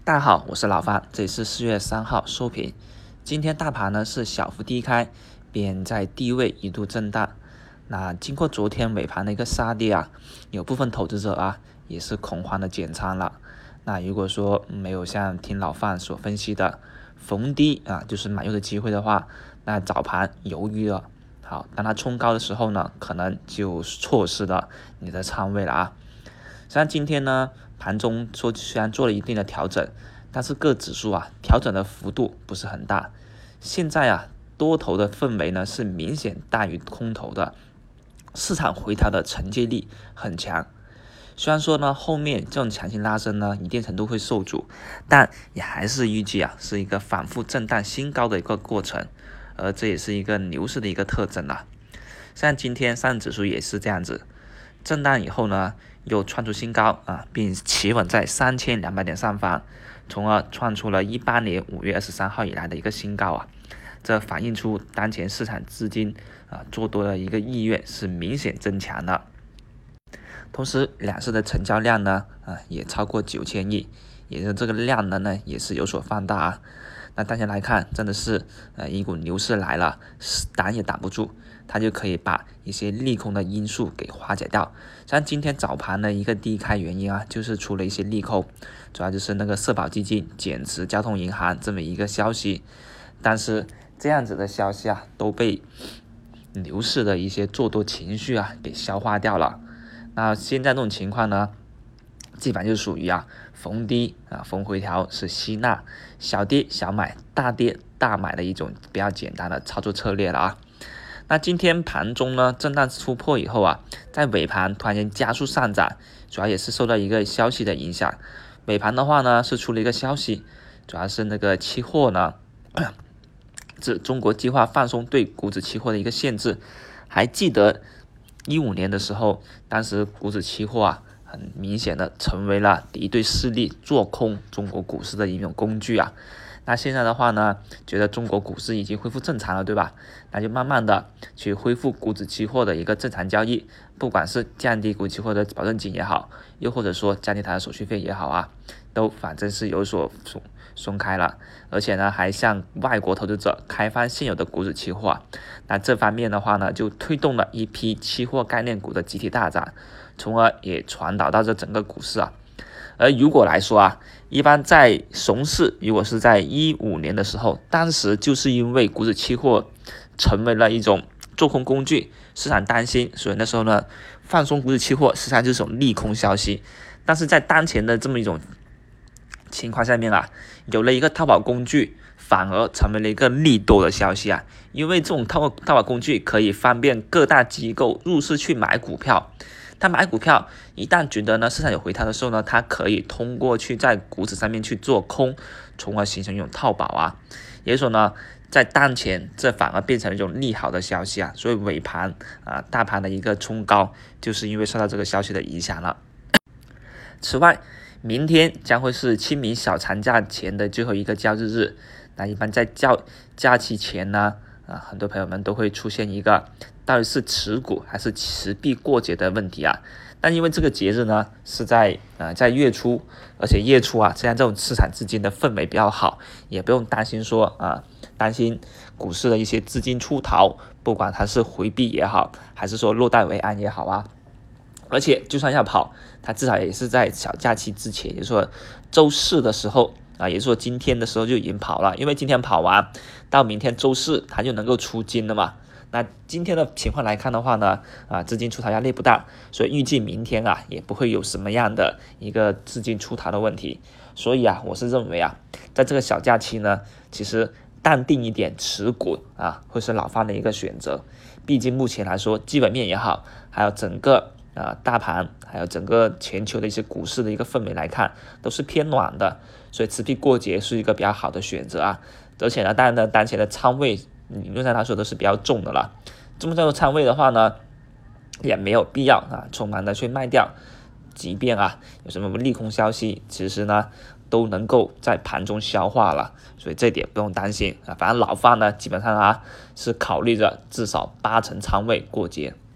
大家好，我是老范，这里是4月3号收评。今天大盘呢是小幅低开，并在低位一度震荡。那经过昨天尾盘的一个杀跌啊，有部分投资者啊也是恐慌的减仓了。那如果说没有像听老范所分析的逢低啊就是买入的机会的话，那早盘犹豫了，好，当它冲高的时候呢，可能就错失了你的仓位了啊。像今天呢，盘中虽然做了一定的调整，但是各指数啊调整的幅度不是很大。现在啊多头的氛围呢是明显大于空头的，市场回调的承接力很强。虽然说呢后面这种强行拉升呢一定程度会受阻，但也还是预计啊是一个反复震荡新高的一个过程，而这也是一个牛市的一个特征啊。像今天上证指数也是这样子，震荡以后呢又创出新高啊，并企稳在3200点上方，从而创出了18年5月23号以来的一个新高啊。这反映出当前市场资金做多的一个意愿是明显增强的。同时两市的成交量呢也超过9000亿，也就是这个量呢也是有所放大啊。那当前来看，真的是一股牛市来了，挡也挡不住，它就可以把一些利空的因素给化解掉。像今天早盘的一个低开原因啊，就是出了一些利空，主要就是那个社保基金减持交通银行这么一个消息。但是这样子的消息啊，都被牛市的一些做多情绪啊给消化掉了。那现在这种情况呢，基本上就属于逢低逢回调是吸纳，小跌小买，大跌大买的一种比较简单的操作策略了啊。那今天盘中呢震荡突破以后啊，在尾盘突然间加速上涨，主要也是受到一个消息的影响。尾盘的话呢是出了一个消息，主要是那个期货呢指中国计划放松对股指期货的一个限制。还记得15年的时候，当时股指期货很明显的成为了敌对势力做空中国股市的一种工具啊。那现在的话呢，觉得中国股市已经恢复正常了，对吧？那就慢慢的去恢复股指期货的一个正常交易，不管是降低股指期货的保证金也好，又或者说降低它的手续费也好啊，都反正是有所松开了。而且呢，还向外国投资者开放现有的股指期货。那这方面的话呢，就推动了一批期货概念股的集体大涨，从而也传导到这整个股市啊。而如果来说一般在熊市，如果是在15年的时候，当时就是因为股指期货成为了一种做空工具，市场担心，所以那时候呢放松股指期货实际上就是一种利空消息。但是在当前的这么一种情况下面有了一个套保工具，反而成为了一个利多的消息因为这种套保工具可以方便各大机构入市去买股票。他买股票一旦觉得呢市场有回调的时候呢，他可以通过去在股指上面去做空，从而形成一种套保也就是说呢，在当前这反而变成了一种利好的消息所以尾盘大盘的一个冲高，就是因为受到这个消息的影响了。此外，明天将会是清明小长假前的最后一个交易日。那一般在假期前呢很多朋友们都会出现一个到底是持股还是持币过节的问题但因为这个节日呢是在月初，而且月初这样这种市场资金的氛围比较好，也不用担心担心股市的一些资金出逃，不管它是回避也好，还是说落袋为安也好而且就算要跑，它至少也是在小假期之前，也就是说周四的时候也就是说今天的时候就已经跑了，因为今天跑完到明天周四它就能够出金了嘛。那今天的情况来看的话呢资金出逃压力不大，所以预计明天也不会有什么样的一个资金出逃的问题。所以我是认为在这个小假期呢，其实淡定一点持股会是老范的一个选择。毕竟目前来说基本面也好，还有整个大盘还有整个全球的一些股市的一个氛围来看都是偏暖的，所以持币过节是一个比较好的选择而且呢，当然呢当前的仓位理论上来说都是比较重的了，这么重的仓位的话呢，也没有必要匆忙的去卖掉。即便有什么利空消息，其实呢都能够在盘中消化了，所以这点不用担心反正老范呢基本上是考虑着至少80%仓位过节。